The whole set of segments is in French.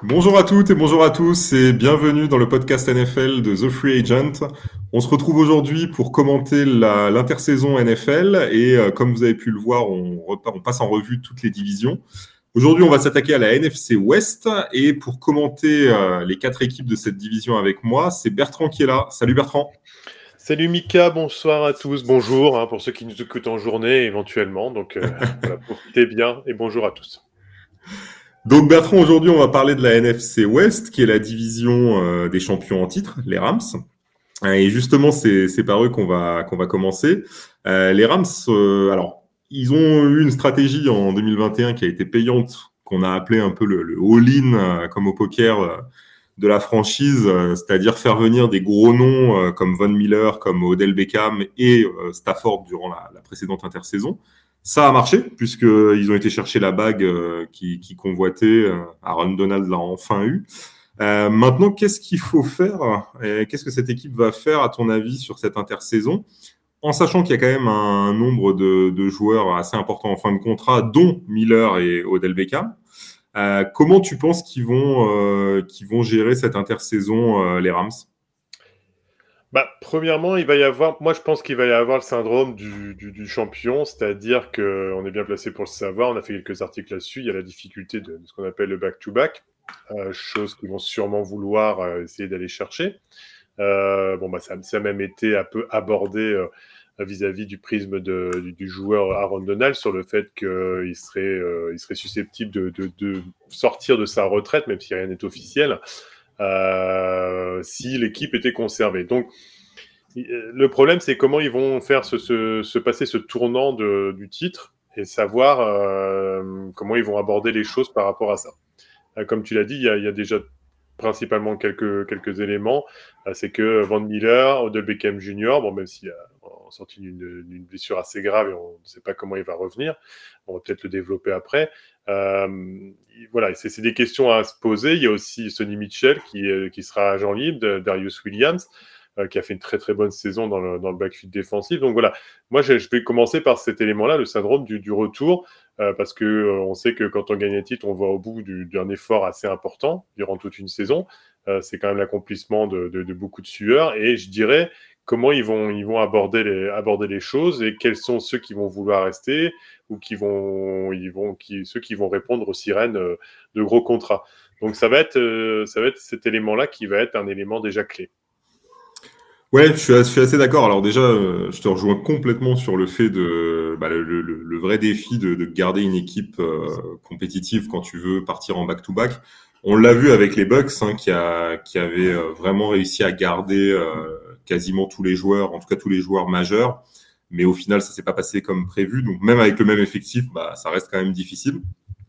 Bonjour à toutes et bonjour à tous et bienvenue dans le podcast NFL de The Free Agent. On se retrouve aujourd'hui pour commenter l'intersaison NFL et comme vous avez pu le voir, on passe en revue toutes les divisions. Aujourd'hui, on va s'attaquer à la NFC West et pour commenter les 4 équipes de cette division avec moi, c'est Bertrand qui est là. Salut Bertrand. Salut Mika, bonsoir à tous, bonjour pour ceux qui nous écoutent en journée éventuellement. Donc voilà, profitez bien et bonjour à tous. Donc Bertrand, aujourd'hui, on va parler de la NFC West qui est la division des champions en titre, les Rams. Et justement, c'est par eux qu'on va commencer. Les Rams, alors, ils ont eu une stratégie en 2021 qui a été payante, qu'on a appelé un peu le all-in, comme au poker, de la franchise, c'est-à-dire faire venir des gros noms comme Von Miller, comme Odell Beckham et Stafford durant la précédente intersaison. Ça a marché, puisqu'ils ont été chercher la bague qui convoitait. Aaron Donald l'a enfin eu. Maintenant, qu'est-ce qu'il faut faire et qu'est-ce que cette équipe va faire, à ton avis, sur cette intersaison, en sachant qu'il y a quand même un nombre de joueurs assez importants en fin de contrat, dont Miller et Odell Beckham. Comment tu penses qu'ils vont gérer cette intersaison, les Rams ? Premièrement, moi je pense qu'il va y avoir le syndrome du champion, c'est-à-dire qu'on est bien placé pour le savoir, on a fait quelques articles là-dessus, il y a la difficulté de ce qu'on appelle le back-to-back, chose qu'ils vont sûrement vouloir essayer d'aller chercher. Ça a même été un peu abordé vis-à-vis du prisme du joueur Aaron Donald sur le fait qu'il serait susceptible de sortir de sa retraite, même si rien n'est officiel, si l'équipe était conservée. Donc, le problème, c'est comment ils vont faire se passer ce tournant du titre et savoir comment ils vont aborder les choses par rapport à ça. Comme tu l'as dit, il y a déjà principalement quelques éléments. C'est que Von Miller, Odell Beckham Jr., même s'il a sorti d'une blessure assez grave et on ne sait pas comment il va revenir, on va peut-être le développer après. Voilà, c'est des questions à se poser. Il y a aussi Sonny Mitchell qui sera agent libre, Darius Williams, qui a fait une très très bonne saison dans le backfield défensif. Donc voilà, moi je vais commencer par cet élément-là, le syndrome du retour, parce que on sait que quand on gagne un titre, on va au bout d'un effort assez important durant toute une saison. C'est quand même l'accomplissement de beaucoup de sueurs, et je dirais comment ils vont aborder les choses et quels sont ceux qui vont vouloir rester ou ceux qui vont répondre aux sirènes de gros contrats. Donc ça va être cet élément-là qui va être un élément déjà clé. Ouais, je suis assez d'accord. Alors déjà, je te rejoins complètement sur le fait le vrai défi de garder une équipe compétitive quand tu veux partir en back-to-back. On l'a vu avec les Bucks, qui avaient vraiment réussi à garder quasiment tous les joueurs, en tout cas tous les joueurs majeurs. Mais au final, ça s'est pas passé comme prévu. Donc même avec le même effectif, ça reste quand même difficile.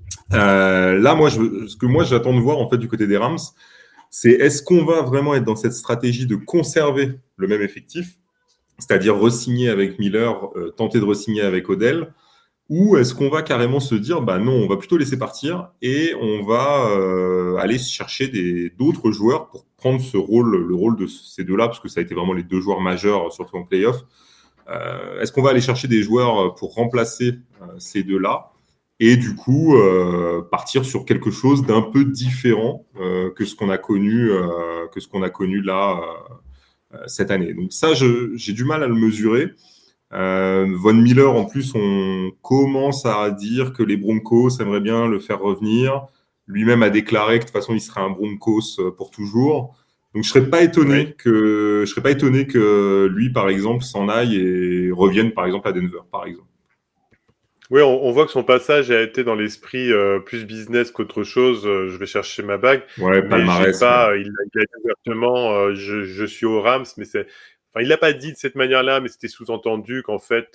Là, ce que moi j'attends de voir en fait du côté des Rams, c'est est-ce qu'on va vraiment être dans cette stratégie de conserver le même effectif, c'est-à-dire re-signer avec Miller, tenter de re-signer avec Odell, ou est-ce qu'on va carrément se dire, non, on va plutôt laisser partir et on va aller chercher d'autres joueurs pour prendre le rôle de ces deux-là, parce que ça a été vraiment les deux joueurs majeurs, surtout en playoff. Est-ce qu'on va aller chercher des joueurs pour remplacer ces deux-là et du coup partir sur quelque chose d'un peu différent que ce qu'on a connu là cette année. Donc ça, j'ai du mal à le mesurer. Von Miller, en plus, on commence à dire que les Broncos aimeraient bien le faire revenir. Lui-même a déclaré que de toute façon, il serait un Broncos pour toujours. Donc, je serais pas étonné que lui, par exemple, s'en aille et revienne, par exemple, à Denver, par exemple. Oui, on voit que son passage a été dans l'esprit plus business qu'autre chose. Je vais chercher ma bague, Ouais, mais j'ai palmarès, ouais. pas. Il a dit ouvertement, je suis au Rams, mais il l'a pas dit de cette manière-là, mais c'était sous-entendu qu'en fait,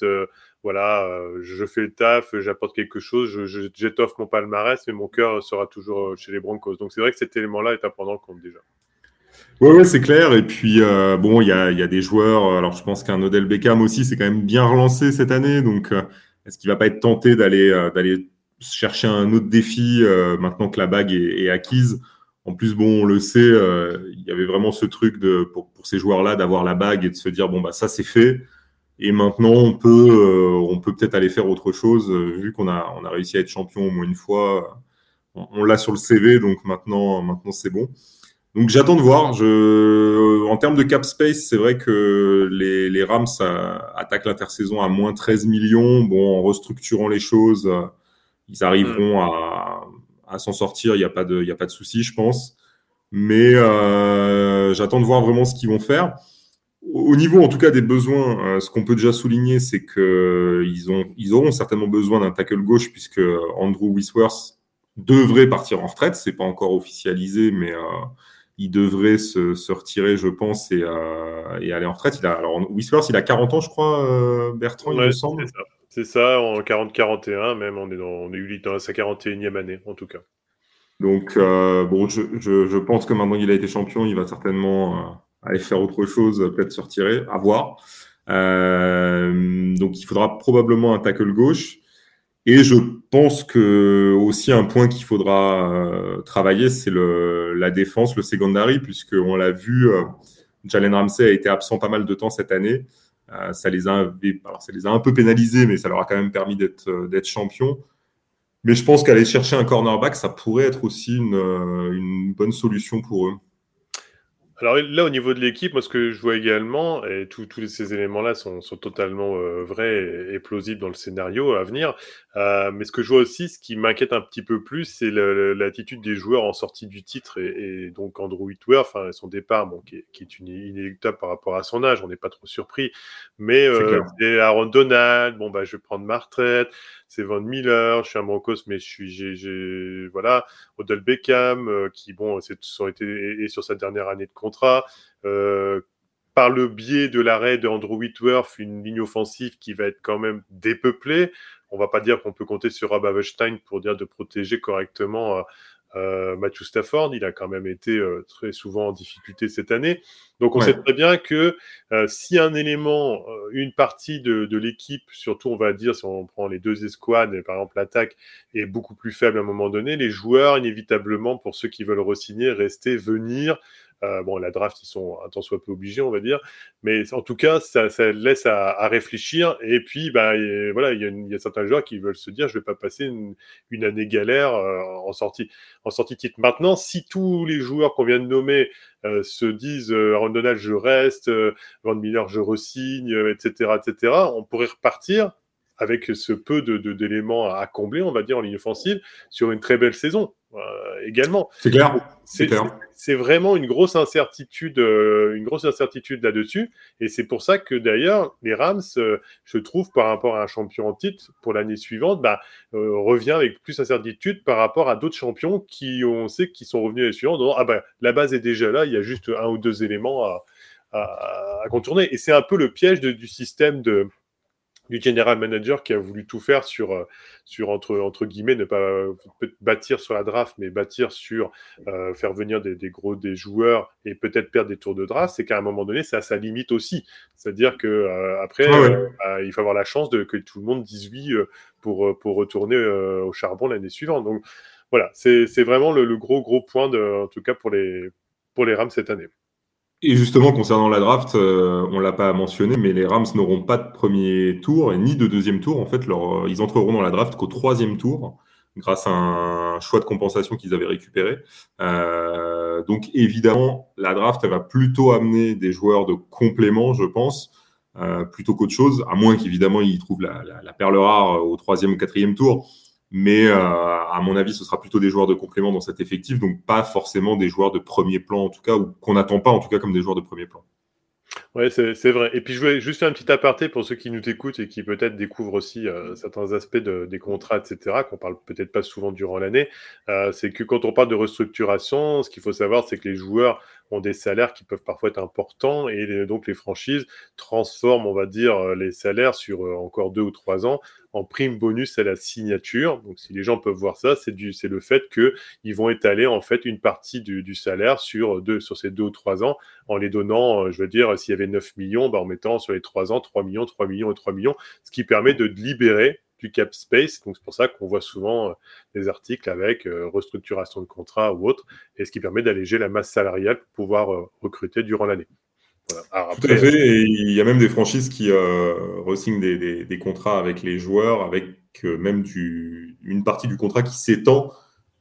je fais le taf, j'apporte quelque chose, j'étoffe mon palmarès, mais mon cœur sera toujours chez les Broncos. Donc c'est vrai que cet élément-là est à prendre en compte déjà. Ouais, c'est clair. Et puis, il y a des joueurs. Alors, je pense qu'un Odell Beckham aussi, c'est quand même bien relancé cette année. Donc, est-ce qu'il va pas être tenté d'aller chercher un autre défi maintenant que la bague est acquise? En plus, on le sait, il y avait vraiment ce truc pour ces joueurs-là d'avoir la bague et de se dire, ça, c'est fait. Et maintenant, on peut peut-être aller faire autre chose, vu on a réussi à être champion au moins une fois. on l'a sur le CV, donc maintenant c'est bon. Donc j'attends de voir. En termes de cap space, c'est vrai que les Rams attaquent l'intersaison à moins 13 millions. Bon, en restructurant les choses, ils arriveront à s'en sortir. Il n'y a pas de souci, je pense. Mais j'attends de voir vraiment ce qu'ils vont faire. Au niveau, en tout cas, des besoins, ce qu'on peut déjà souligner, c'est que ils auront certainement besoin d'un tackle gauche, puisque Andrew Whitworth devrait partir en retraite. C'est pas encore officialisé, mais il devrait se retirer, je pense, et aller en retraite. Alors, Whitworth, il a 40 ans, je crois, Bertrand, il me Ouais, semble. c'est ça, en 40-41 même, on est dans sa 41e année, en tout cas. Donc, bon, je pense que maintenant qu'il a été champion, il va certainement aller faire autre chose, peut-être se retirer, à voir. Donc, il faudra probablement un tackle gauche. Et je pense que aussi un point qu'il faudra travailler, c'est la défense, le secondary, puisqu'on l'a vu, Jalen Ramsey a été absent pas mal de temps cette année. Ça les a un peu pénalisés, mais ça leur a quand même permis d'être champions. Mais je pense qu'aller chercher un cornerback, ça pourrait être aussi une bonne solution pour eux. Alors là, au niveau de l'équipe, moi, ce que je vois également, et tous ces éléments-là sont totalement vrais et plausibles dans le scénario à venir, mais ce que je vois aussi, ce qui m'inquiète un petit peu plus, c'est l'attitude des joueurs en sortie du titre, et donc Andrew Whitworth, enfin, son départ, bon, qui est inéluctable par rapport à son âge, on n'est pas trop surpris, mais C'est clair. c'est Aaron Donald, bon, bah, je vais prendre ma retraite, c'est Von Miller, je suis un Broncos, mais voilà, Odell Beckham, qui, bon, est sur sa dernière année de contrat. Par le biais de l'arrêt de Andrew Whitworth, une ligne offensive qui va être quand même dépeuplée. On va pas dire qu'on peut compter sur Rob Havenstein pour dire de protéger correctement Matthew Stafford. Il a quand même été très souvent en difficulté cette année. Donc on sait très bien que si un élément, une partie de l'équipe, surtout on va dire si on prend les deux escouades, par exemple l'attaque est beaucoup plus faible à un moment donné, les joueurs inévitablement, pour ceux qui veulent re-signer, rester, venir. Bon, la draft, ils sont un tant soit peu obligés, on va dire. Mais en tout cas, ça laisse à réfléchir. Et puis, bah, voilà, il y a certains joueurs qui veulent se dire, je vais pas passer une année galère en sortie titre. Maintenant, si tous les joueurs qu'on vient de nommer se disent, Aaron Donald, je reste, Van Miller, je re-signe, etc., on pourrait repartir avec ce peu d'éléments à combler, on va dire, en ligne offensive, sur une très belle saison également. C'est clair. C'est clair. C'est vraiment une grosse incertitude là-dessus. Et c'est pour ça que d'ailleurs, les Rams, je trouve, par rapport à un champion en titre pour l'année suivante, revient avec plus d'incertitude par rapport à d'autres champions on sait, qui sont revenus l'année suivante. La base est déjà là, il y a juste un ou deux éléments à contourner. Et c'est un peu le piège du système du general manager qui a voulu tout faire sur entre guillemets, ne pas bâtir sur la draft, mais bâtir sur faire venir des joueurs et peut-être perdre des tours de draft, c'est qu'à un moment donné, ça a sa limite aussi. C'est-à-dire que après, il faut avoir la chance que tout le monde dise oui pour retourner au charbon l'année suivante. Donc voilà, c'est vraiment le gros point, en tout cas pour les Rams cette année. Et justement, concernant la draft, on l'a pas mentionné, mais les Rams n'auront pas de premier tour et ni de deuxième tour. En fait, ils entreront dans la draft qu'au troisième tour, grâce à un choix de compensation qu'ils avaient récupéré. Donc, évidemment, la draft, elle va plutôt amener des joueurs de complément, je pense, plutôt qu'autre chose, à moins qu'évidemment, ils trouvent la perle rare au troisième ou quatrième tour. Mais à mon avis, ce sera plutôt des joueurs de complément dans cet effectif, donc pas forcément des joueurs de premier plan, en tout cas, ou qu'on n'attend pas, en tout cas, comme des joueurs de premier plan. Ouais, c'est vrai. Et puis, je voulais juste faire un petit aparté pour ceux qui nous écoutent et qui peut-être découvrent aussi certains aspects des contrats, etc., qu'on parle peut-être pas souvent durant l'année. C'est que quand on parle de restructuration, ce qu'il faut savoir, c'est que les joueurs ont des salaires qui peuvent parfois être importants et donc les franchises transforment, on va dire, les salaires sur encore 2 ou 3 ans en prime bonus à la signature. Donc, si les gens peuvent voir ça, c'est le fait qu'ils vont étaler en fait une partie du salaire sur ces 2 ou 3 ans en les donnant, je veux dire, s'il y avait 9 millions, en mettant sur les 3 ans 3 millions, 3 millions et 3 millions, ce qui permet de libérer du cap space. Donc, c'est pour ça qu'on voit souvent des articles avec restructuration de contrat ou autre, et ce qui permet d'alléger la masse salariale pour pouvoir recruter durant l'année. Voilà. Alors, Tout à fait, et il y a même des franchises qui re-signent des contrats avec les joueurs, avec même une partie du contrat qui s'étend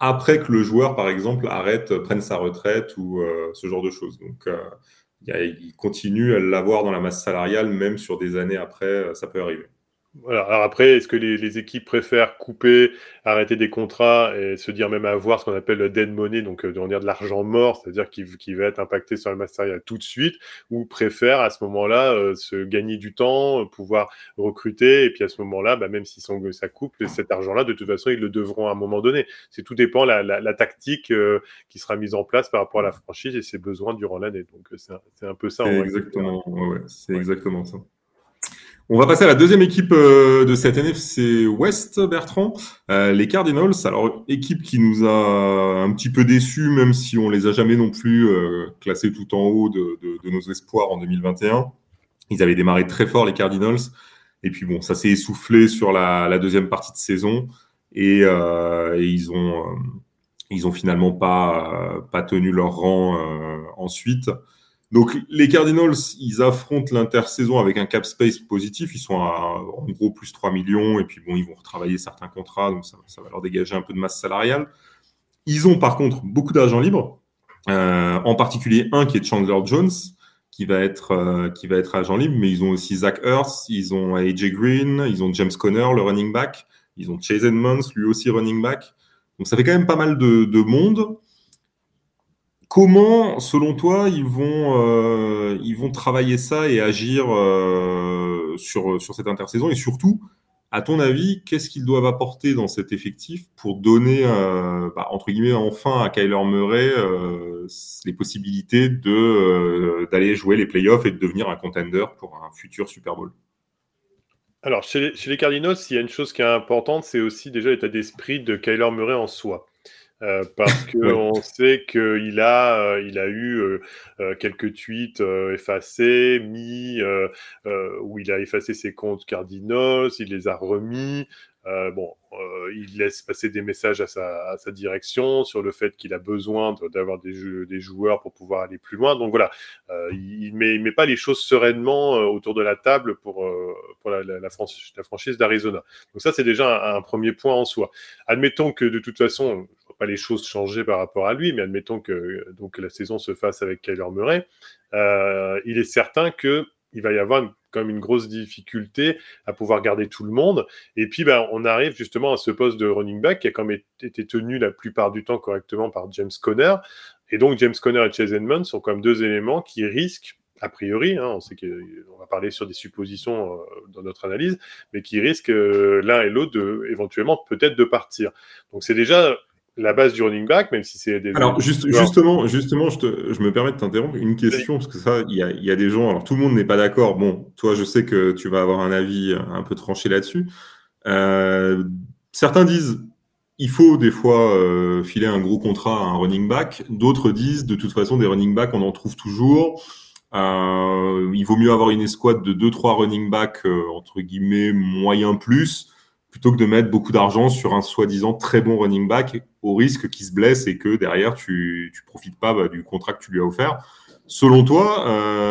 après que le joueur, par exemple, prenne sa retraite ou ce genre de choses. Donc, il continue à l'avoir dans la masse salariale, même sur des années après, ça peut arriver. Voilà. Alors après, est-ce que les équipes préfèrent couper, arrêter des contrats et se dire même avoir ce qu'on appelle le dead money, donc on dire de l'argent mort, c'est-à-dire qui va être impacté sur la masse salariale tout de suite, ou préfèrent à ce moment-là se gagner du temps, pouvoir recruter, et puis à ce moment-là, bah, même si ça coupe, cet argent-là, de toute façon, ils le devront à un moment donné. C'est tout dépend la tactique qui sera mise en place par rapport à la franchise et ses besoins durant l'année. Donc c'est un peu ça C'est en règle générale. exactement, ouais, c'est Ouais. exactement ça. On va passer à la deuxième équipe de cette NFC West, Bertrand. Les Cardinals, alors équipe qui nous a un petit peu déçus, même si on les a jamais non plus classés tout en haut de nos espoirs en 2021. Ils avaient démarré très fort, les Cardinals. Et puis bon, ça s'est essoufflé sur la deuxième partie de saison. Et ils ont finalement pas tenu leur rang ensuite. Donc, les Cardinals, ils affrontent l'intersaison avec un cap space positif. Ils sont en gros plus 3 millions. Et puis, bon, ils vont retravailler certains contrats. Donc, ça va leur dégager un peu de masse salariale. Ils ont, par contre, beaucoup d'argent libre. En particulier, un qui est Chandler Jones, qui va être agent libre. Mais ils ont aussi Zach Ertz. Ils ont AJ Green. Ils ont James Conner, le running back. Ils ont Chase Edmonds, lui aussi running back. Donc, ça fait quand même pas mal de monde. Comment, selon toi, ils vont travailler ça et agir sur cette intersaison? Et surtout, à ton avis, qu'est-ce qu'ils doivent apporter dans cet effectif pour donner, entre guillemets, enfin à Kyler Murray les possibilités d'aller jouer les playoffs et de devenir un contender pour un futur Super Bowl? Alors, chez les Cardinals, il y a une chose qui est importante, c'est aussi déjà l'état d'esprit de Kyler Murray en soi. Parce Ouais. qu'on sait il a eu quelques tweets effacés, où il a effacé ses comptes Cardinals, il les a remis. Il laisse passer des messages à sa direction sur le fait qu'il a besoin d'avoir des joueurs pour pouvoir aller plus loin. Donc voilà, il met pas les choses sereinement autour de la table pour la franchise d'Arizona. Donc ça, c'est déjà un premier point en soi. Admettons que de toute façon, pas les choses changer par rapport à lui, mais admettons que donc la saison se fasse avec Kyler Murray, il est certain que il va y avoir quand même une grosse difficulté à pouvoir garder tout le monde. Et puis, on arrive justement à ce poste de running back qui a quand même été tenu la plupart du temps correctement par James Conner. Et donc, James Conner et Chase Edmonds sont quand même deux éléments qui risquent, a priori, on sait qu'on va parler sur des suppositions dans notre analyse, mais qui risquent l'un et l'autre éventuellement peut-être de partir. Donc, c'est déjà la base du running back, même si c'est des Alors, joueurs. justement, je me permets de t'interrompre. Une question, parce que ça, il y a des gens, alors tout le monde n'est pas d'accord. Bon, toi, je sais que tu vas avoir un avis un peu tranché là-dessus. Euh, Certains disent il faut des fois filer un gros contrat à un running back. D'autres disent de toute façon des running backs on en trouve toujours. Il vaut mieux avoir une escouade de deux trois running backs entre guillemets moyen plus plutôt que de mettre beaucoup d'argent sur un soi-disant très bon running back au risque qu'il se blesse et que derrière tu profites pas du contrat que tu lui as offert. Selon toi,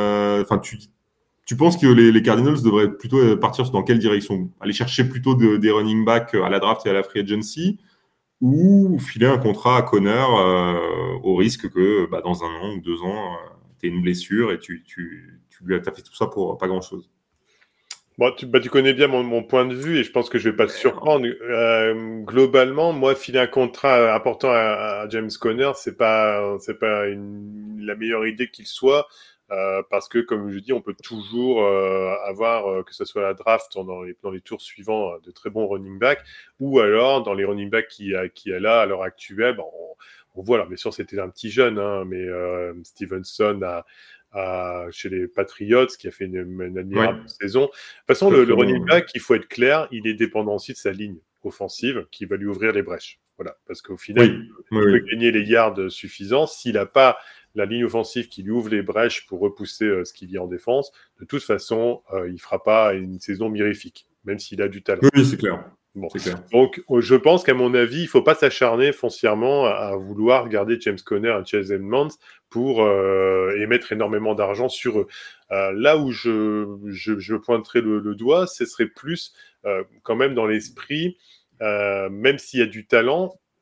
tu penses que les Cardinals devraient plutôt partir dans quelle direction? Aller chercher plutôt des running backs à la draft et à la free agency ou filer un contrat à Conner au risque que dans un an ou 2 ans, tu aies une blessure et tu lui as fait tout ça pour pas grand-chose? Bon, tu connais bien mon point de vue et je pense que je vais pas te surprendre. Globalement, moi, filer un contrat important à James Conner, c'est pas la meilleure idée qu'il soit, parce que, comme je dis, on peut toujours avoir, que ce soit la draft dans les tours suivants, de très bons running backs, ou alors dans les running backs qui a là à l'heure actuelle, on voit, alors bien sûr, c'était un petit jeune, mais Stevenson chez les Patriots, qui a fait une Ouais, admirable saison. De toute façon, très le très running bon. back, il faut être clair, il est dépendant aussi de sa ligne offensive qui va lui ouvrir les brèches. Voilà, parce qu'au final, Oui, oui, il peut oui. gagner les yards suffisants. S'il n'a pas la ligne offensive qui lui ouvre les brèches pour repousser ce qu'il y a en défense, de toute façon, il ne fera pas une saison mirifique, même s'il a du talent. Oui, oui, c'est clair. Bon, C'est clair. donc je pense qu'à mon avis, il ne faut pas s'acharner foncièrement à vouloir garder James Conner et Chase Edmonds pour émettre énormément d'argent sur eux. Là où je pointerai le doigt, ce serait plus quand même dans l'esprit, même s'il y a du talent,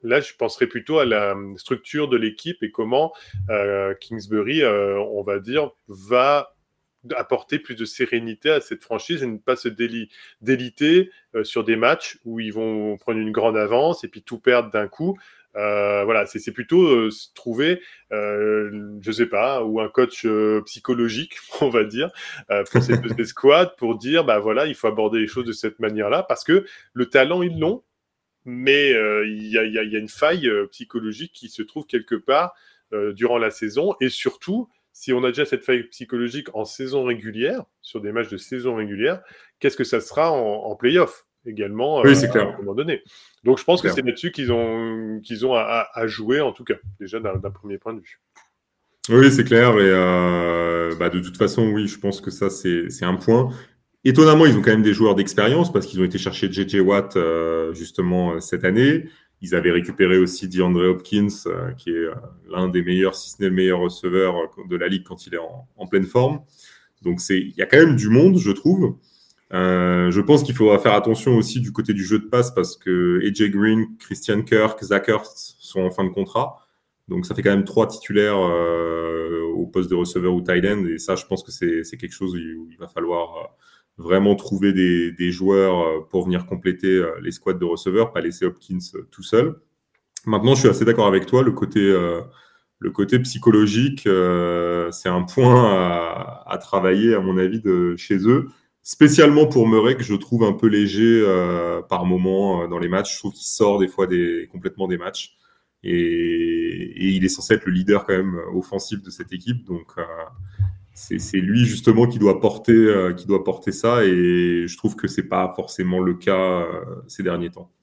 Là, je penserais plutôt à la structure de l'équipe et comment Kingsbury, on va dire, va apporter plus de sérénité à cette franchise et ne pas se déliter sur des matchs où ils vont prendre une grande avance et puis tout perdre d'un coup. Voilà, c'est plutôt trouver, je sais pas, ou un coach psychologique, on va dire, pour ces deux escouades, pour dire, bah voilà, il faut aborder les choses de cette manière-là, parce que le talent, ils l'ont, mais il y a une faille psychologique qui se trouve quelque part durant la saison, et surtout, si on a déjà cette faille psychologique en saison régulière, sur des matchs de saison régulière, qu'est-ce que ça sera en play-off également Oui, c'est à un clair. moment donné. Donc je pense que Clair. c'est là-dessus qu'ils ont à jouer, en tout cas, déjà d'un premier point de vue. Oui, c'est clair. Et de toute façon, oui, je pense que ça, c'est un point. Étonnamment, ils ont quand même des joueurs d'expérience parce qu'ils ont été chercher J.J. Watt justement cette année. Ils avaient récupéré aussi DeAndre Hopkins, qui est l'un des meilleurs, si ce n'est le meilleur receveur de la ligue quand il est en pleine forme. Donc il y a quand même du monde, je trouve. Je pense qu'il faudra faire attention aussi du côté du jeu de passe parce que AJ Green, Christian Kirk, Zach Ertz sont en fin de contrat. Donc ça fait quand même 3 titulaires au poste de receveur ou tight end. Et ça, je pense que c'est quelque chose où il va falloir vraiment trouver des joueurs pour venir compléter les squads de receveurs, pas laisser Hopkins tout seul. Maintenant, je suis assez d'accord avec toi. Le côté psychologique, c'est un point à travailler, à mon avis, chez eux. Spécialement pour Murray, que je trouve un peu léger par moment dans les matchs. Je trouve qu'il sort des fois complètement des matchs. Et il est censé être le leader quand même offensif de cette équipe. Donc, c'est lui justement qui doit porter ça. Et je trouve que c'est pas forcément le cas ces derniers temps.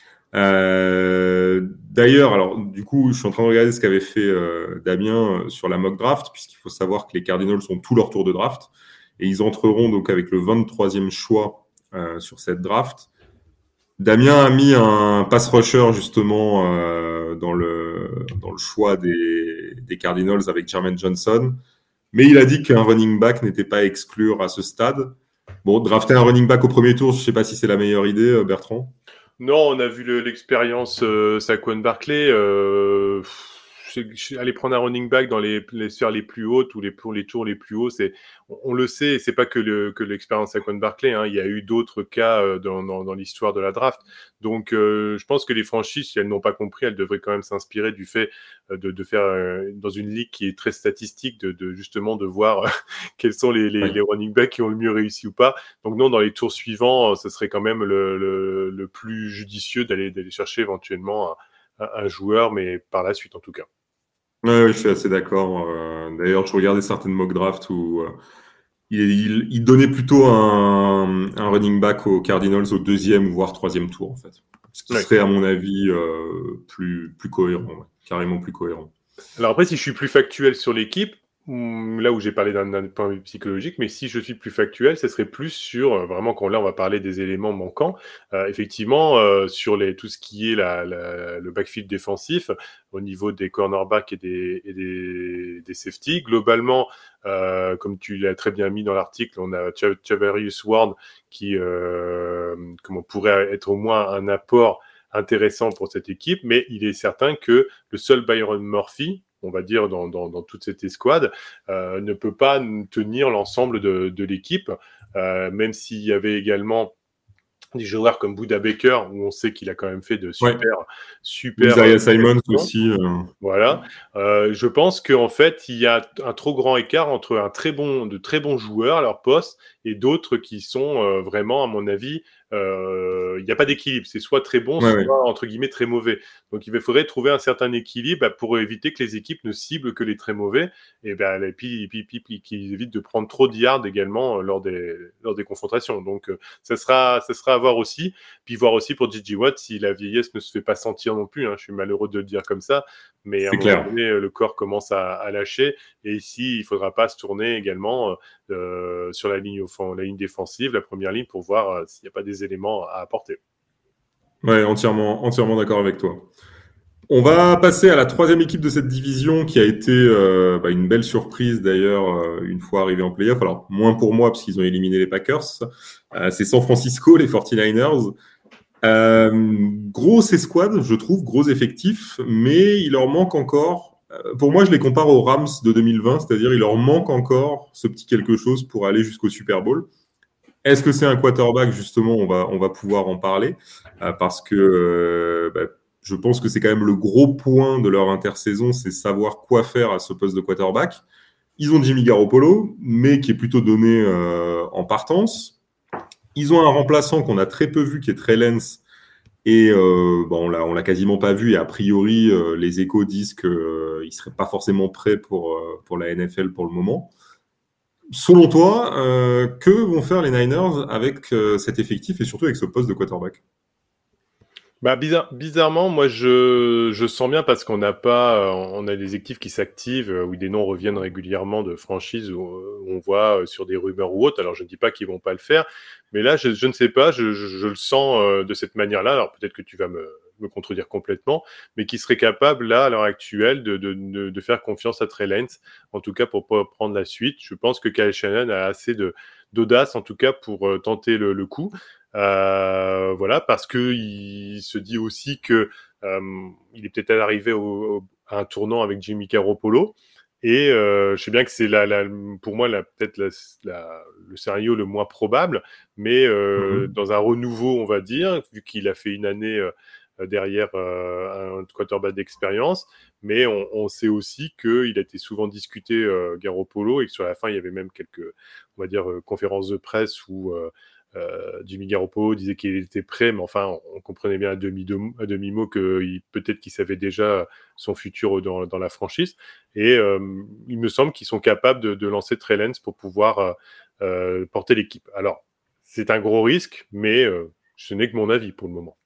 D'ailleurs, alors du coup, je suis en train de regarder ce qu'avait fait Damien sur la mock draft, puisqu'il faut savoir que les Cardinals ont tout leur tour de draft et ils entreront donc avec le 23e choix sur cette draft. Damien a mis un pass rusher justement dans le choix des Cardinals avec Jermaine Johnson, mais il a dit qu'un running back n'était pas à exclure à ce stade. Bon, drafter un running back au premier tour, je ne sais pas si c'est la meilleure idée, Bertrand. Non, on a vu l'expérience Saquon Barkley. Aller prendre un running back dans les sphères les plus hautes ou pour les tours les plus hauts, on le sait, c'est pas que l'expérience Saquon Barkley. Hein, il y a eu d'autres cas dans l'histoire de la draft. Donc, je pense que les franchises, si elles n'ont pas compris, elles devraient quand même s'inspirer du fait de faire dans une ligue qui est très statistique, justement de voir quels sont les running backs qui ont le mieux réussi ou pas. Donc non, dans les tours suivants, ce serait quand même le plus judicieux d'aller chercher éventuellement un joueur, mais par la suite en tout cas. Ouais, je suis assez d'accord. D'ailleurs, je regardais certaines mock drafts où il donnait plutôt un running back aux Cardinals au 2e, voire 3e tour, en fait. Ce qui serait, à mon avis, plus cohérent, carrément plus cohérent. Alors après, si je suis plus factuel sur l'équipe, là où j'ai parlé d'un point de vue psychologique, mais si je suis plus factuel, ce serait plus sur vraiment quand là on va parler des éléments manquants. Effectivement, sur tout ce qui est le backfield défensif, au niveau des cornerbacks et des safety, globalement, comme tu l'as très bien mis dans l'article, on a Charvarius Ward qui pourrait être au moins un apport intéressant pour cette équipe, mais il est certain que le seul Byron Murphy, on va dire, dans toute cette escouade, ne peut pas tenir l'ensemble de l'équipe, même s'il y avait également des joueurs comme Buda Baker, où on sait qu'il a quand même fait de super Isaiah Simons aussi. Voilà. Je pense qu'en fait, il y a un trop grand écart entre de très bons joueurs à leur poste et d'autres qui sont vraiment, à mon avis, il n'y a pas d'équilibre. C'est soit très bon, soit entre guillemets très mauvais. Donc il faudrait trouver un certain équilibre pour éviter que les équipes ne ciblent que les très mauvais et puis qu'ils évitent de prendre trop de yards également lors des confrontations. Donc ça sera à voir aussi. Puis voir aussi pour J.J. Watt si la vieillesse ne se fait pas sentir non plus. Hein. Je suis malheureux de le dire comme ça, mais à un moment donné, le corps commence à lâcher. Et ici, il ne faudra pas se tourner également sur la ligne défensive, la première ligne, pour voir s'il n'y a pas des éléments à apporter. Ouais, entièrement d'accord avec toi. On va passer à la 3e équipe de cette division qui a été une belle surprise d'ailleurs une fois arrivé en play-off. Alors, moins pour moi parce qu'ils ont éliminé les Packers. C'est San Francisco, les 49ers. Grosse escouade, je trouve, gros effectif, mais il leur manque encore. Pour moi, je les compare aux Rams de 2020, c'est-à-dire il leur manque encore ce petit quelque chose pour aller jusqu'au Super Bowl. Est-ce que c'est un quarterback? Justement, on va pouvoir en parler parce que je pense que c'est quand même le gros point de leur intersaison, c'est savoir quoi faire à ce poste de quarterback. Ils ont Jimmy Garoppolo, mais qui est plutôt donné en partance. Ils ont un remplaçant qu'on a très peu vu, qui est Trey Lance, et on l'a quasiment pas vu. Et a priori, les échos disent qu'il ne serait pas forcément prêt pour la NFL pour le moment. Selon toi, que vont faire les Niners avec cet effectif et surtout avec ce poste de quarterback? Bah, bizarrement, moi je sens bien parce qu'on n'a pas, on a des actifs qui s'activent où des noms reviennent régulièrement de franchises où on voit sur des rumeurs ou autres. Alors je ne dis pas qu'ils vont pas le faire, mais là je ne sais pas, je le sens de cette manière-là. Alors peut-être que tu vas me contredire complètement, mais qui serait capable là à l'heure actuelle de faire confiance à Trey Lance, en tout cas pour pas prendre la suite. Je pense que Kyle Shanahan a assez d'audace en tout cas pour tenter le coup. Voilà, parce que il se dit aussi que il est peut-être arrivé à un tournant avec Jimmy Garoppolo. Et je sais bien que c'est pour moi peut-être le scénario le moins probable, mais Mhm. dans un renouveau, on va dire, vu qu'il a fait une année derrière un quarterback d'expérience, mais on sait aussi qu'il a été souvent discuté Garoppolo et que sur la fin, il y avait même quelques, on va dire, conférences de presse où Jimmy Garoppolo disait qu'il était prêt, mais enfin, on comprenait bien à demi-mot que peut-être qu'il savait déjà son futur dans la franchise. Et il me semble qu'ils sont capables de lancer Trey Lance pour pouvoir porter l'équipe. Alors, c'est un gros risque, mais ce n'est que mon avis pour le moment.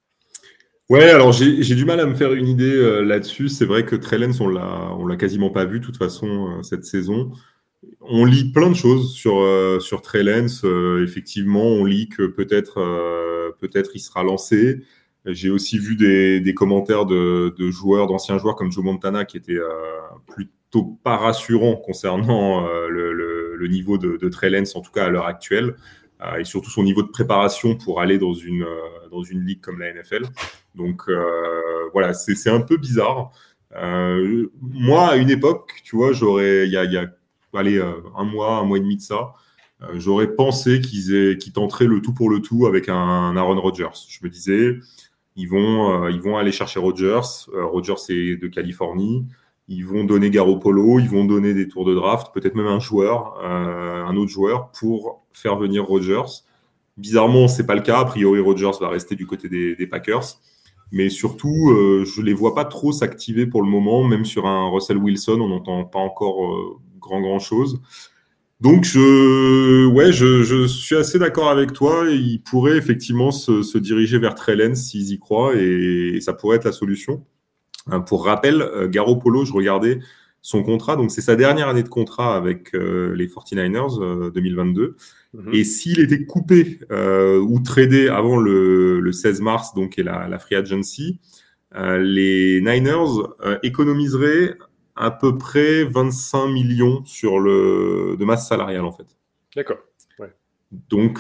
Ouais, alors j'ai du mal à me faire une idée là-dessus. C'est vrai que Trey Lance, on l'a quasiment pas vu de toute façon cette saison. On lit plein de choses sur Trey Lance. Effectivement, on lit que peut-être il sera lancé. J'ai aussi vu des commentaires de joueurs, d'anciens joueurs comme Joe Montana qui étaient plutôt pas rassurants concernant le niveau de Trey Lance, en tout cas à l'heure actuelle, et surtout son niveau de préparation pour aller dans une ligue comme la NFL. Donc voilà, c'est un peu bizarre. Moi, à une époque, tu vois, il y a allez, un mois et demi de ça, j'aurais pensé qu'ils tenteraient le tout pour le tout avec un Aaron Rodgers. Je me disais, ils vont aller chercher Rodgers. Rodgers est de Californie. Ils vont donner Garoppolo, ils vont donner des tours de draft, peut-être même un autre joueur pour faire venir Rodgers. Bizarrement, c'est pas le cas. A priori, Rodgers va rester du côté des Packers. Mais surtout, je ne les vois pas trop s'activer pour le moment. Même sur un Russell Wilson, on n'entend pas encore grand chose. Donc, ouais, je suis assez d'accord avec toi. Ils pourraient effectivement se diriger vers Trey Lance s'ils y croient et ça pourrait être la solution. Pour rappel, Garoppolo, je regardais son contrat. Donc, c'est sa dernière année de contrat avec les 49ers 2022. Mm-hmm. Et s'il était coupé ou tradé avant le 16 mars, donc, et la free agency, les Niners économiseraient à peu près 25 millions de masse salariale, en fait. D'accord. Ouais. Donc,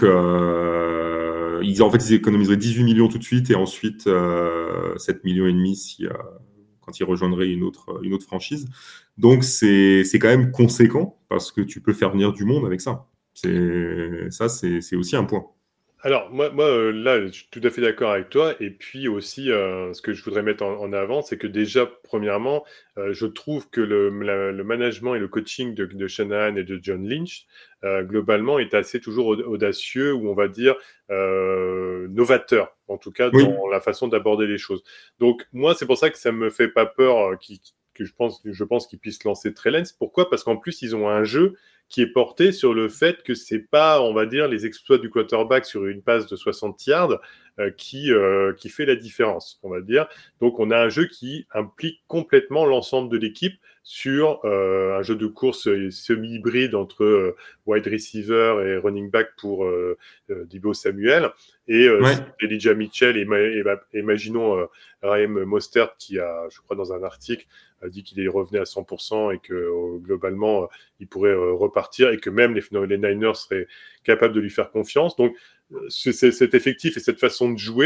ils économiseraient 18 millions tout de suite et ensuite 7 millions et demi quand ils rejoindraient une autre franchise. Donc, c'est quand même conséquent parce que tu peux faire venir du monde avec ça. C'est aussi un point. Alors, moi là, je suis tout à fait d'accord avec toi. Et puis aussi, ce que je voudrais mettre en avant, c'est que déjà, premièrement, je trouve que le management et le coaching de Shanahan et de John Lynch, globalement, est assez toujours audacieux, ou on va dire novateur, en tout cas Oui, dans la façon d'aborder les choses. Donc, moi, c'est pour ça que ça me fait pas peur que je pense qu'ils puissent lancer Trey Lance. Pourquoi? Parce qu'en plus, ils ont un jeu qui est porté sur le fait que c'est pas, on va dire, les exploits du quarterback sur une passe de 60 yards qui fait la différence, on va dire. Donc, on a un jeu qui implique complètement l'ensemble de l'équipe sur un jeu de course semi-hybride entre wide receiver et running back pour Deebo Samuel et ouais. Elijah Mitchell et imaginons Raheem Mostert qui a, je crois, dans un article, a dit qu'il est revenu à 100% et que globalement, il pourrait repartir et que même les Niners seraient capables de lui faire confiance. Donc, cet effectif et cette façon de jouer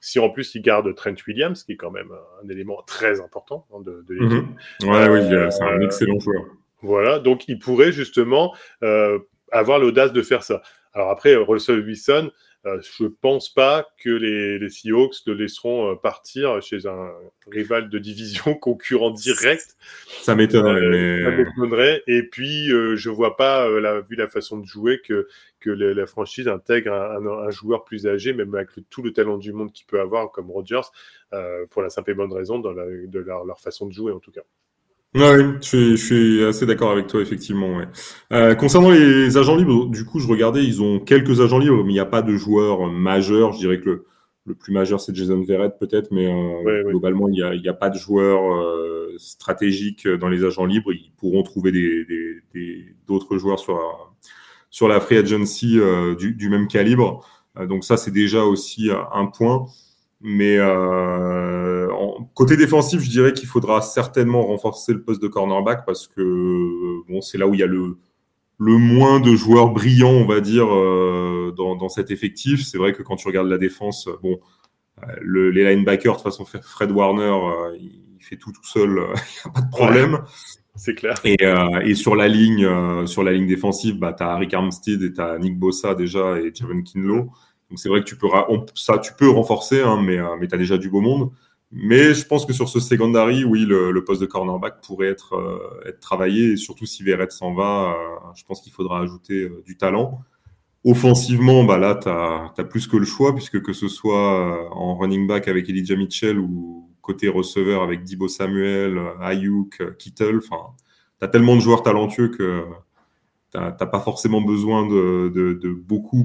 Si en plus il garde Trent Williams, qui est quand même un élément très important de l'équipe. Oui, c'est un excellent joueur. Voilà, donc il pourrait justement avoir l'audace de faire ça. Alors après, Russell Wilson, je pense pas que les Seahawks le laisseront partir chez un rival de division concurrent direct. Ça m'étonnerait. Ça m'étonnerait. Et puis, je vois pas, vu la façon de jouer, que la franchise intègre un joueur plus âgé, même avec tout le talent du monde qu'il peut avoir, comme Rodgers, pour la simple et bonne raison de leur façon de jouer, en tout cas. Oui, je suis assez d'accord avec toi, effectivement. Ouais. Concernant les agents libres, du coup, je regardais, ils ont quelques agents libres, mais il n'y a pas de joueurs majeurs. Je dirais que le plus majeur, c'est Jason Verrett, peut-être, mais globalement, il y a pas de joueurs stratégiques dans les agents libres. Ils pourront trouver d'autres joueurs sur la free agency du même calibre. Donc ça, c'est déjà aussi un point. Mais côté défensif, je dirais qu'il faudra certainement renforcer le poste de cornerback parce que c'est là où il y a le moins de joueurs brillants, on va dire, dans cet effectif. C'est vrai que quand tu regardes la défense, les linebackers, de toute façon, Fred Warner, il fait tout seul, il n'y a pas de problème. Ouais, c'est clair. Et sur la ligne défensive, tu as Rick Armstead et tu as Nick Bosa déjà et Javon Kinlaw. Donc c'est vrai que tu peux renforcer, hein, mais tu as déjà du beau monde. Mais je pense que sur ce secondary, oui, le poste de cornerback pourrait être travaillé. Et surtout si Verrett s'en va, je pense qu'il faudra ajouter du talent. Offensivement, là, tu as plus que le choix, puisque que ce soit en running back avec Elijah Mitchell ou côté receveur avec Deebo Samuel, Ayuk, Kittle, tu as tellement de joueurs talentueux que t'as pas forcément besoin de beaucoup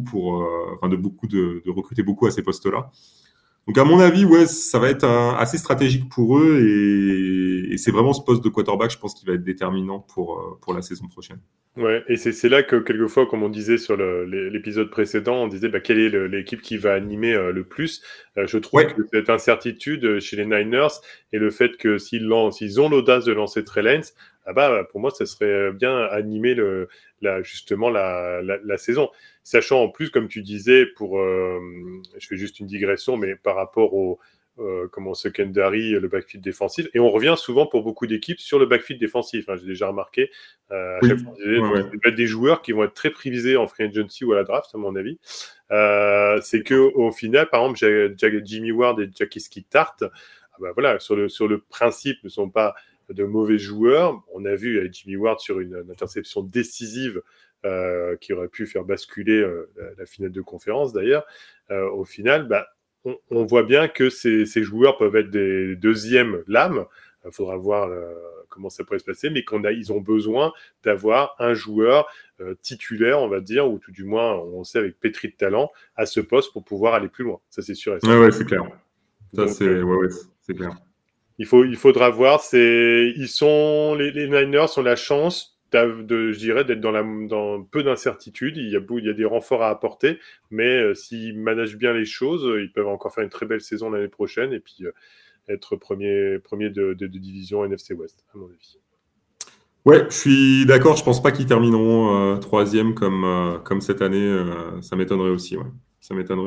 de recruter beaucoup à ces postes-là. Donc à mon avis, ouais, ça va être assez stratégique pour eux et c'est vraiment ce poste de quarterback, je pense, qui va être déterminant pour la saison prochaine. Ouais, et c'est là que quelquefois, comme on disait sur l'épisode précédent, on disait quelle est l'équipe qui va animer le plus. Je trouve que cette incertitude chez les Niners et le fait que s'ils ont l'audace de lancer Trey Lance, pour moi, ça serait bien animer justement la saison. Sachant en plus, comme tu disais, je fais juste une digression, mais par rapport au secondary, le backfield défensif, et on revient souvent pour beaucoup d'équipes sur le backfield défensif, hein, j'ai déjà remarqué à chaque fois, des joueurs qui vont être très prisés en free agency ou à la draft, à mon avis. C'est que au final, par exemple, Jimmy Ward et Jaquiski Tartt, sur le principe, ne sont pas de mauvais joueurs. On a vu Jimmy Ward sur une interception décisive qui aurait pu faire basculer la finale de conférence, d'ailleurs. Au final, on voit bien que ces joueurs peuvent être des deuxièmes lames. Il faudra voir comment ça pourrait se passer, mais ils ont besoin d'avoir un joueur titulaire, on va dire, ou tout du moins, on sait, avec pétri de talent, à ce poste pour pouvoir aller plus loin. Ça, c'est sûr et certain. Ouais, c'est clair. Ça, c'est clair. Il faudra voir. Les Niners ont la chance je dirais, d'être dans peu d'incertitudes. Il y a des renforts à apporter, mais s'ils managent bien les choses, ils peuvent encore faire une très belle saison l'année prochaine et puis être premier de division NFC West, à mon avis. Ouais, je suis d'accord. Je pense pas qu'ils termineront troisième comme cette année. Ça m'étonnerait aussi. Ouais. Ça m'étonnerait.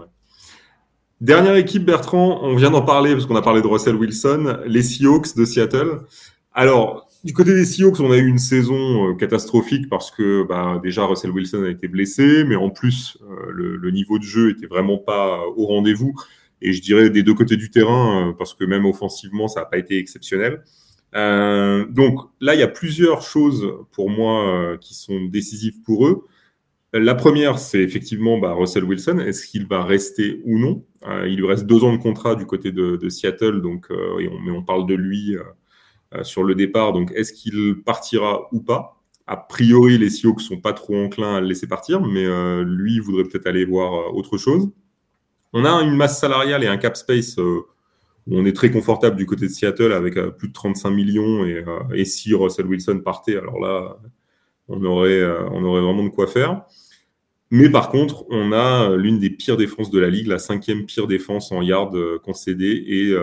Dernière équipe, Bertrand, on vient d'en parler parce qu'on a parlé de Russell Wilson, les Seahawks de Seattle. Alors, du côté des Seahawks, on a eu une saison catastrophique parce que déjà Russell Wilson a été blessé, mais en plus le niveau de jeu était vraiment pas au rendez-vous. Et je dirais des deux côtés du terrain, parce que même offensivement, ça n'a pas été exceptionnel. Donc là, il y a plusieurs choses pour moi qui sont décisives pour eux. La première, c'est effectivement Russell Wilson. Est-ce qu'il va rester ou non? Il lui reste 2 ans de contrat du côté de Seattle, donc, mais on parle de lui sur le départ. Donc, est-ce qu'il partira ou pas? A priori, les Seahawks ne sont pas trop enclins à le laisser partir, mais lui, il voudrait peut-être aller voir autre chose. On a une masse salariale et un cap space où on est très confortable du côté de Seattle avec plus de 35 millions. Et si Russell Wilson partait, alors là, on aurait vraiment de quoi faire. Mais par contre, on a l'une des pires défenses de la ligue, la 5e pire défense en yards concédés et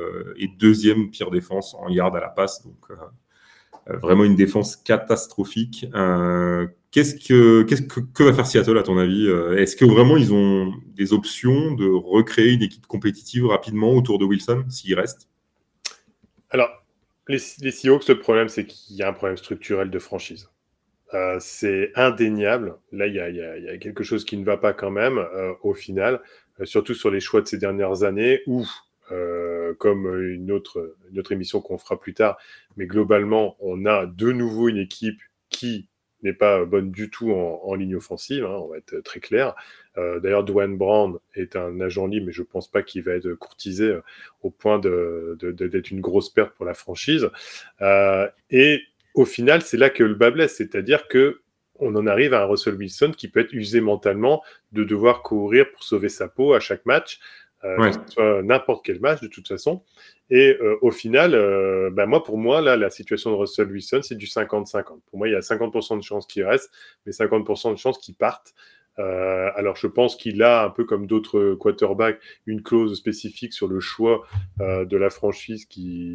2e pire défense en yards à la passe. Donc, vraiment une défense catastrophique que va faire Seattle à ton avis? Est-ce que vraiment ils ont des options de recréer une équipe compétitive rapidement autour de Wilson s'il reste? Alors, les Seahawks, le problème, c'est qu'il y a un problème structurel de franchise. C'est indéniable. Là, il y a quelque chose qui ne va pas quand même, au final, surtout sur les choix de ces dernières années où, comme une autre émission qu'on fera plus tard, mais globalement, on a de nouveau une équipe qui n'est pas bonne du tout en ligne offensive, hein, on va être très clair. D'ailleurs, Dwayne Brown est un agent libre, mais je ne pense pas qu'il va être courtisé au point d'être une grosse perte pour la franchise. Et au final, c'est là que le bas blesse, c'est-à-dire que on en arrive à un Russell Wilson qui peut être usé mentalement de devoir courir pour sauver sa peau à chaque match, Ouais. que ce soit n'importe quel match de toute façon. Et au final, pour moi, là, la situation de Russell Wilson, c'est du 50-50. Pour moi, il y a 50% de chances qu'il reste, mais 50% de chances qu'il parte. Alors, je pense qu'il a, un peu comme d'autres quarterbacks, une clause spécifique sur le choix de la franchise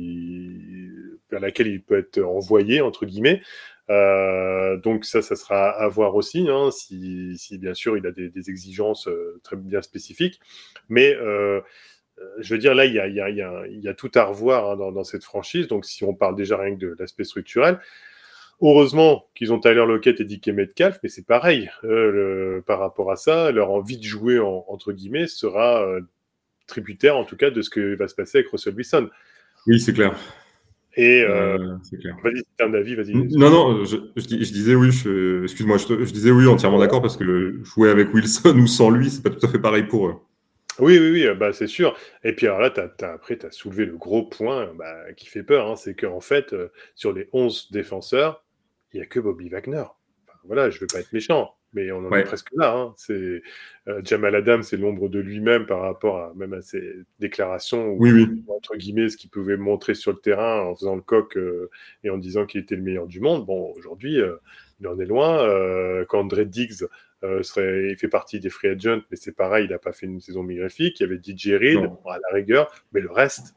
vers laquelle il peut être envoyé, entre guillemets. Donc ça sera à voir aussi, hein, si bien sûr il a des exigences très bien spécifiques. Mais je veux dire, là, il y a tout à revoir, hein, dans cette franchise. Donc si on parle déjà rien que de l'aspect structurel, heureusement qu'ils ont Tyler Lockett et DK Metcalf, mais c'est pareil. Par rapport à ça, leur envie de jouer, entre guillemets, sera tributaire, en tout cas, de ce que va se passer avec Russell Wilson. Oui, c'est clair. Et C'est clair. vas-y, si t'as un avis, vas-y. Non, je disais oui, excuse-moi, je disais oui, entièrement d'accord, parce que jouer avec Wilson ou sans lui, c'est pas tout à fait pareil pour eux. Oui, bah, c'est sûr. Et puis alors là, après, tu as soulevé le gros point qui fait peur, hein, c'est qu'en fait, sur les 11 défenseurs, il n'y a que Bobby Wagner. Enfin, voilà, je ne veux pas être méchant, mais on en est presque là. Hein. C'est, Jamal Adams, c'est l'ombre de lui-même par rapport même à ses déclarations, ou Oui. entre guillemets, ce qu'il pouvait montrer sur le terrain en faisant le coq et en disant qu'il était le meilleur du monde. Bon, aujourd'hui, il en est loin. Quand André Diggs il fait partie des free agents, mais c'est pareil, il n'a pas fait une saison magnifique. Il y avait DJ Reed, à la rigueur, mais le reste,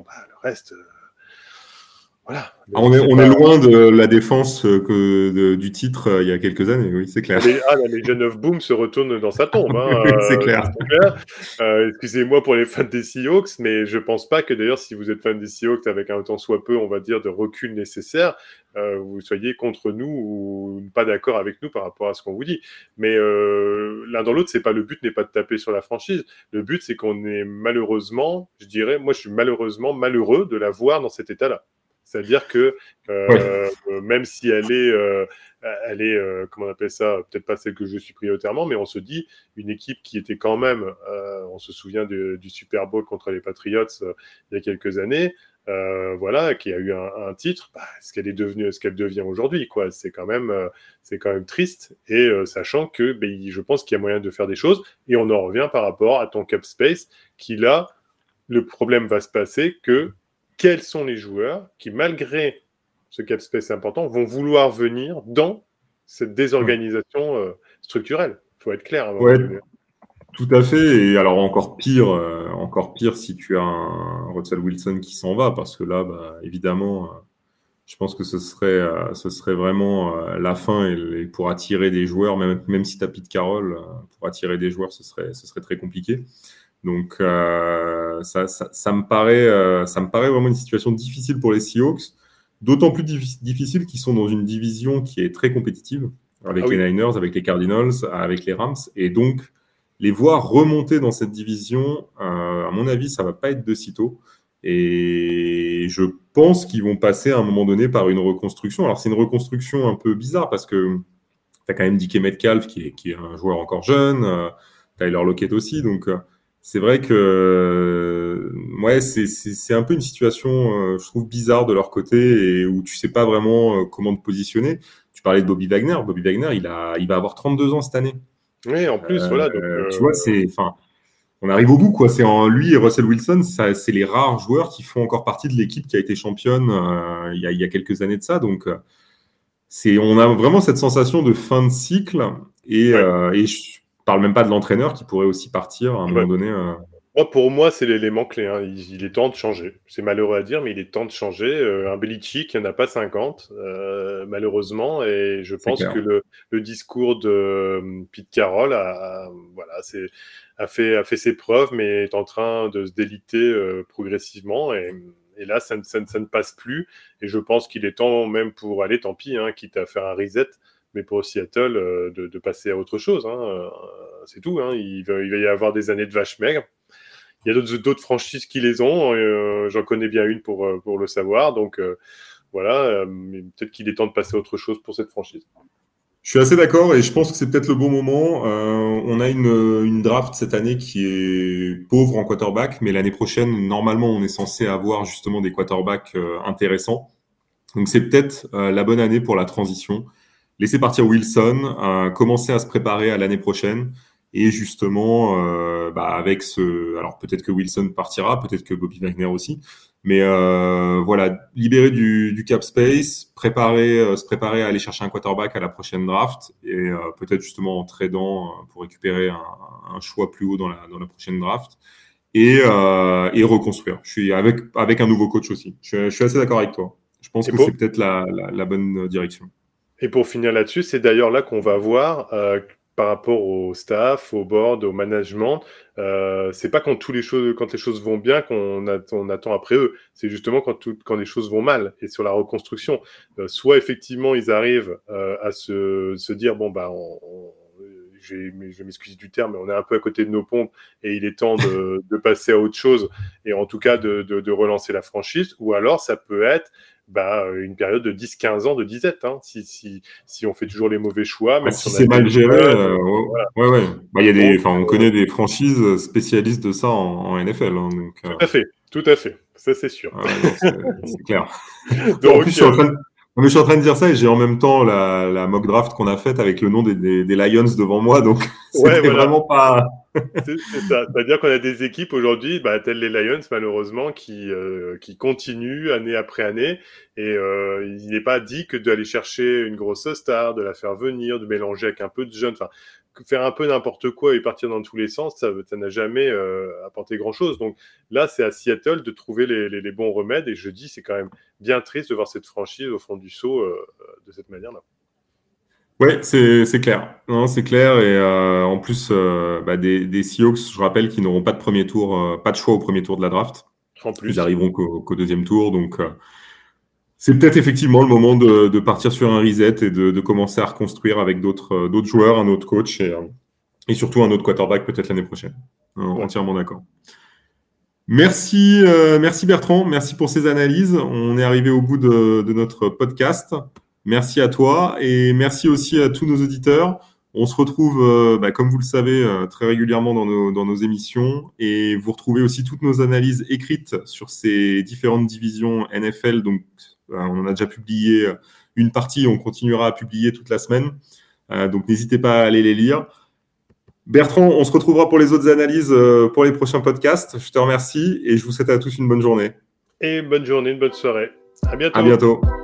voilà. On est loin de la défense du titre il y a quelques années, oui, c'est clair. La Legion of Boom se retourne dans sa tombe. Hein, c'est clair. Excusez-moi pour les fans des Seahawks, mais je pense pas que d'ailleurs, si vous êtes fan des Seahawks avec un tant soit peu, on va dire, de recul nécessaire, vous soyez contre nous ou pas d'accord avec nous par rapport à ce qu'on vous dit. Mais l'un dans l'autre, c'est pas, le but n'est pas de taper sur la franchise. Le but, c'est qu'on est malheureusement, je dirais, moi je suis malheureusement malheureux de la voir dans cet état-là. C'est-à-dire que même si elle est, comment on appelle ça, peut-être pas celle que je suis prioritairement, mais on se dit, une équipe qui était quand même, on se souvient du Super Bowl contre les Patriots il y a quelques années, qui a eu un titre, ce qu'elle devient aujourd'hui, quoi. C'est quand même triste, et sachant que je pense qu'il y a moyen de faire des choses, et on en revient par rapport à ton cap space, qui là, le problème va se passer que quels sont les joueurs qui, malgré ce cap space important, vont vouloir venir dans cette désorganisation structurelle. Il faut être clair à un moment donné. Tout à fait. Et alors encore pire si tu as un Russell Wilson qui s'en va, parce que là, évidemment, je pense que ce serait vraiment la fin, et pour attirer des joueurs, même si tu as Pete Carroll, pour attirer des joueurs, ce serait très compliqué. Donc ça me paraît vraiment une situation difficile pour les Seahawks, d'autant plus difficile qu'ils sont dans une division qui est très compétitive, avec les Niners, avec les Cardinals, avec les Rams, et donc les voir remonter dans cette division, à mon avis, ça va pas être de sitôt. Et je pense qu'ils vont passer à un moment donné par une reconstruction. Alors c'est une reconstruction un peu bizarre, parce que tu as quand même DK Metcalf qui est un joueur encore jeune, Tyler Lockett aussi, donc c'est vrai que c'est un peu une situation, je trouve, bizarre de leur côté, et où tu sais pas vraiment comment te positionner. Tu parlais de Bobby Wagner. Bobby Wagner, il va avoir 32 ans cette année. Oui, en plus, voilà. Donc, tu vois, on arrive au bout, quoi. Lui et Russell Wilson, c'est les rares joueurs qui font encore partie de l'équipe qui a été championne il y a quelques années de ça. Donc, on a vraiment cette sensation de fin de cycle, et je parle même pas de l'entraîneur qui pourrait aussi partir à un moment donné. Pour moi, c'est l'élément clé, hein. Il est temps de changer. C'est malheureux à dire, mais il est temps de changer. Un Belichick, il n'y en a pas 50, malheureusement. Et je C'est pense clair. que le discours de Pete Carroll voilà, a fait ses preuves, mais est en train de se déliter progressivement. Et là, ça ne passe plus. Et je pense qu'il est temps, même pour aller, tant pis, hein, quitte à faire un reset, mais pour Seattle, de passer à autre chose, hein. C'est tout, hein. Il va y avoir des années de vache maigre. Il y a d'autres franchises qui les ont. J'en connais bien une pour le savoir. Donc voilà, mais peut-être qu'il est temps de passer à autre chose pour cette franchise. Je suis assez d'accord et je pense que c'est peut-être le bon moment. On a une draft cette année qui est pauvre en quarterback, mais l'année prochaine, normalement, on est censé avoir justement des quarterbacks intéressants. Donc c'est peut-être la bonne année pour la transition. Laisser partir Wilson, commencer à se préparer à l'année prochaine. Et justement, avec alors peut-être que Wilson partira, peut-être que Bobby Wagner aussi. Mais voilà, libérer du cap space, se préparer à aller chercher un quarterback à la prochaine draft et peut-être justement en tradant pour récupérer un choix plus haut dans la prochaine draft et reconstruire. Je suis avec un nouveau coach aussi. Je suis assez d'accord avec toi. Je pense Et que pour, c'est peut-être la bonne direction. et pour finir là-dessus, c'est d'ailleurs là qu'on va voir par rapport au staff, au board, au management. C'est pas quand les choses vont bien on attend après eux. C'est justement quand les choses vont mal et sur la reconstruction. Soit effectivement ils arrivent à se dire bon bah je vais m'excuser du terme, mais on est un peu à côté de nos pompes et il est temps de passer à autre chose et en tout cas de relancer la franchise. Ou alors ça peut être une période de 10-15 ans de disette, hein, si on fait toujours les mauvais choix, Ah, même si si on a c'est des mal géré, jeunes. ouais, Voilà. ouais, ouais. Bah, Donc, on connaît des franchises spécialistes de ça en NFL, hein, donc, tout à fait, ça c'est sûr. donc c'est clair. En plus, Donc, je suis en train de dire ça et j'ai en même temps la mock draft qu'on a faite avec le nom des Lions devant moi, donc ouais, c'était voilà. vraiment pas. C'est ça. C'est-à-dire qu'on a des équipes aujourd'hui, telles les Lions, malheureusement, qui continuent année après année. Et il n'est pas dit que d'aller chercher une grosse star, de la faire venir, de mélanger avec un peu de jeunes, enfin, faire un peu n'importe quoi et partir dans tous les sens, ça n'a jamais apporté grand-chose. Donc là, c'est à Seattle de trouver les bons remèdes. Et je dis, c'est quand même bien triste de voir cette franchise au fond du seau de cette manière-là. Ouais, c'est clair. Non, c'est clair et en plus des Seahawks, je rappelle qu'ils n'auront pas de premier tour, pas de choix au premier tour de la draft. En Ils plus, arriveront qu'au deuxième tour, donc. C'est peut-être effectivement le moment de partir sur un reset et de commencer à reconstruire avec d'autres joueurs, un autre coach et surtout un autre quarterback peut-être l'année prochaine. ouais. Entièrement d'accord. Merci Bertrand, merci pour ces analyses. On est arrivé au bout de notre podcast. Merci à toi et merci aussi à tous nos auditeurs. On se retrouve, comme vous le savez, très régulièrement dans nos émissions et vous retrouvez aussi toutes nos analyses écrites sur ces différentes divisions NFL. Donc, on en a déjà publié une partie, on continuera à publier toute la semaine. Donc, n'hésitez pas à aller les lire. Bertrand, on se retrouvera pour les autres analyses pour les prochains podcasts. Je te remercie et je vous souhaite à tous une bonne journée. Et bonne journée, une bonne soirée. À À bientôt. bientôt.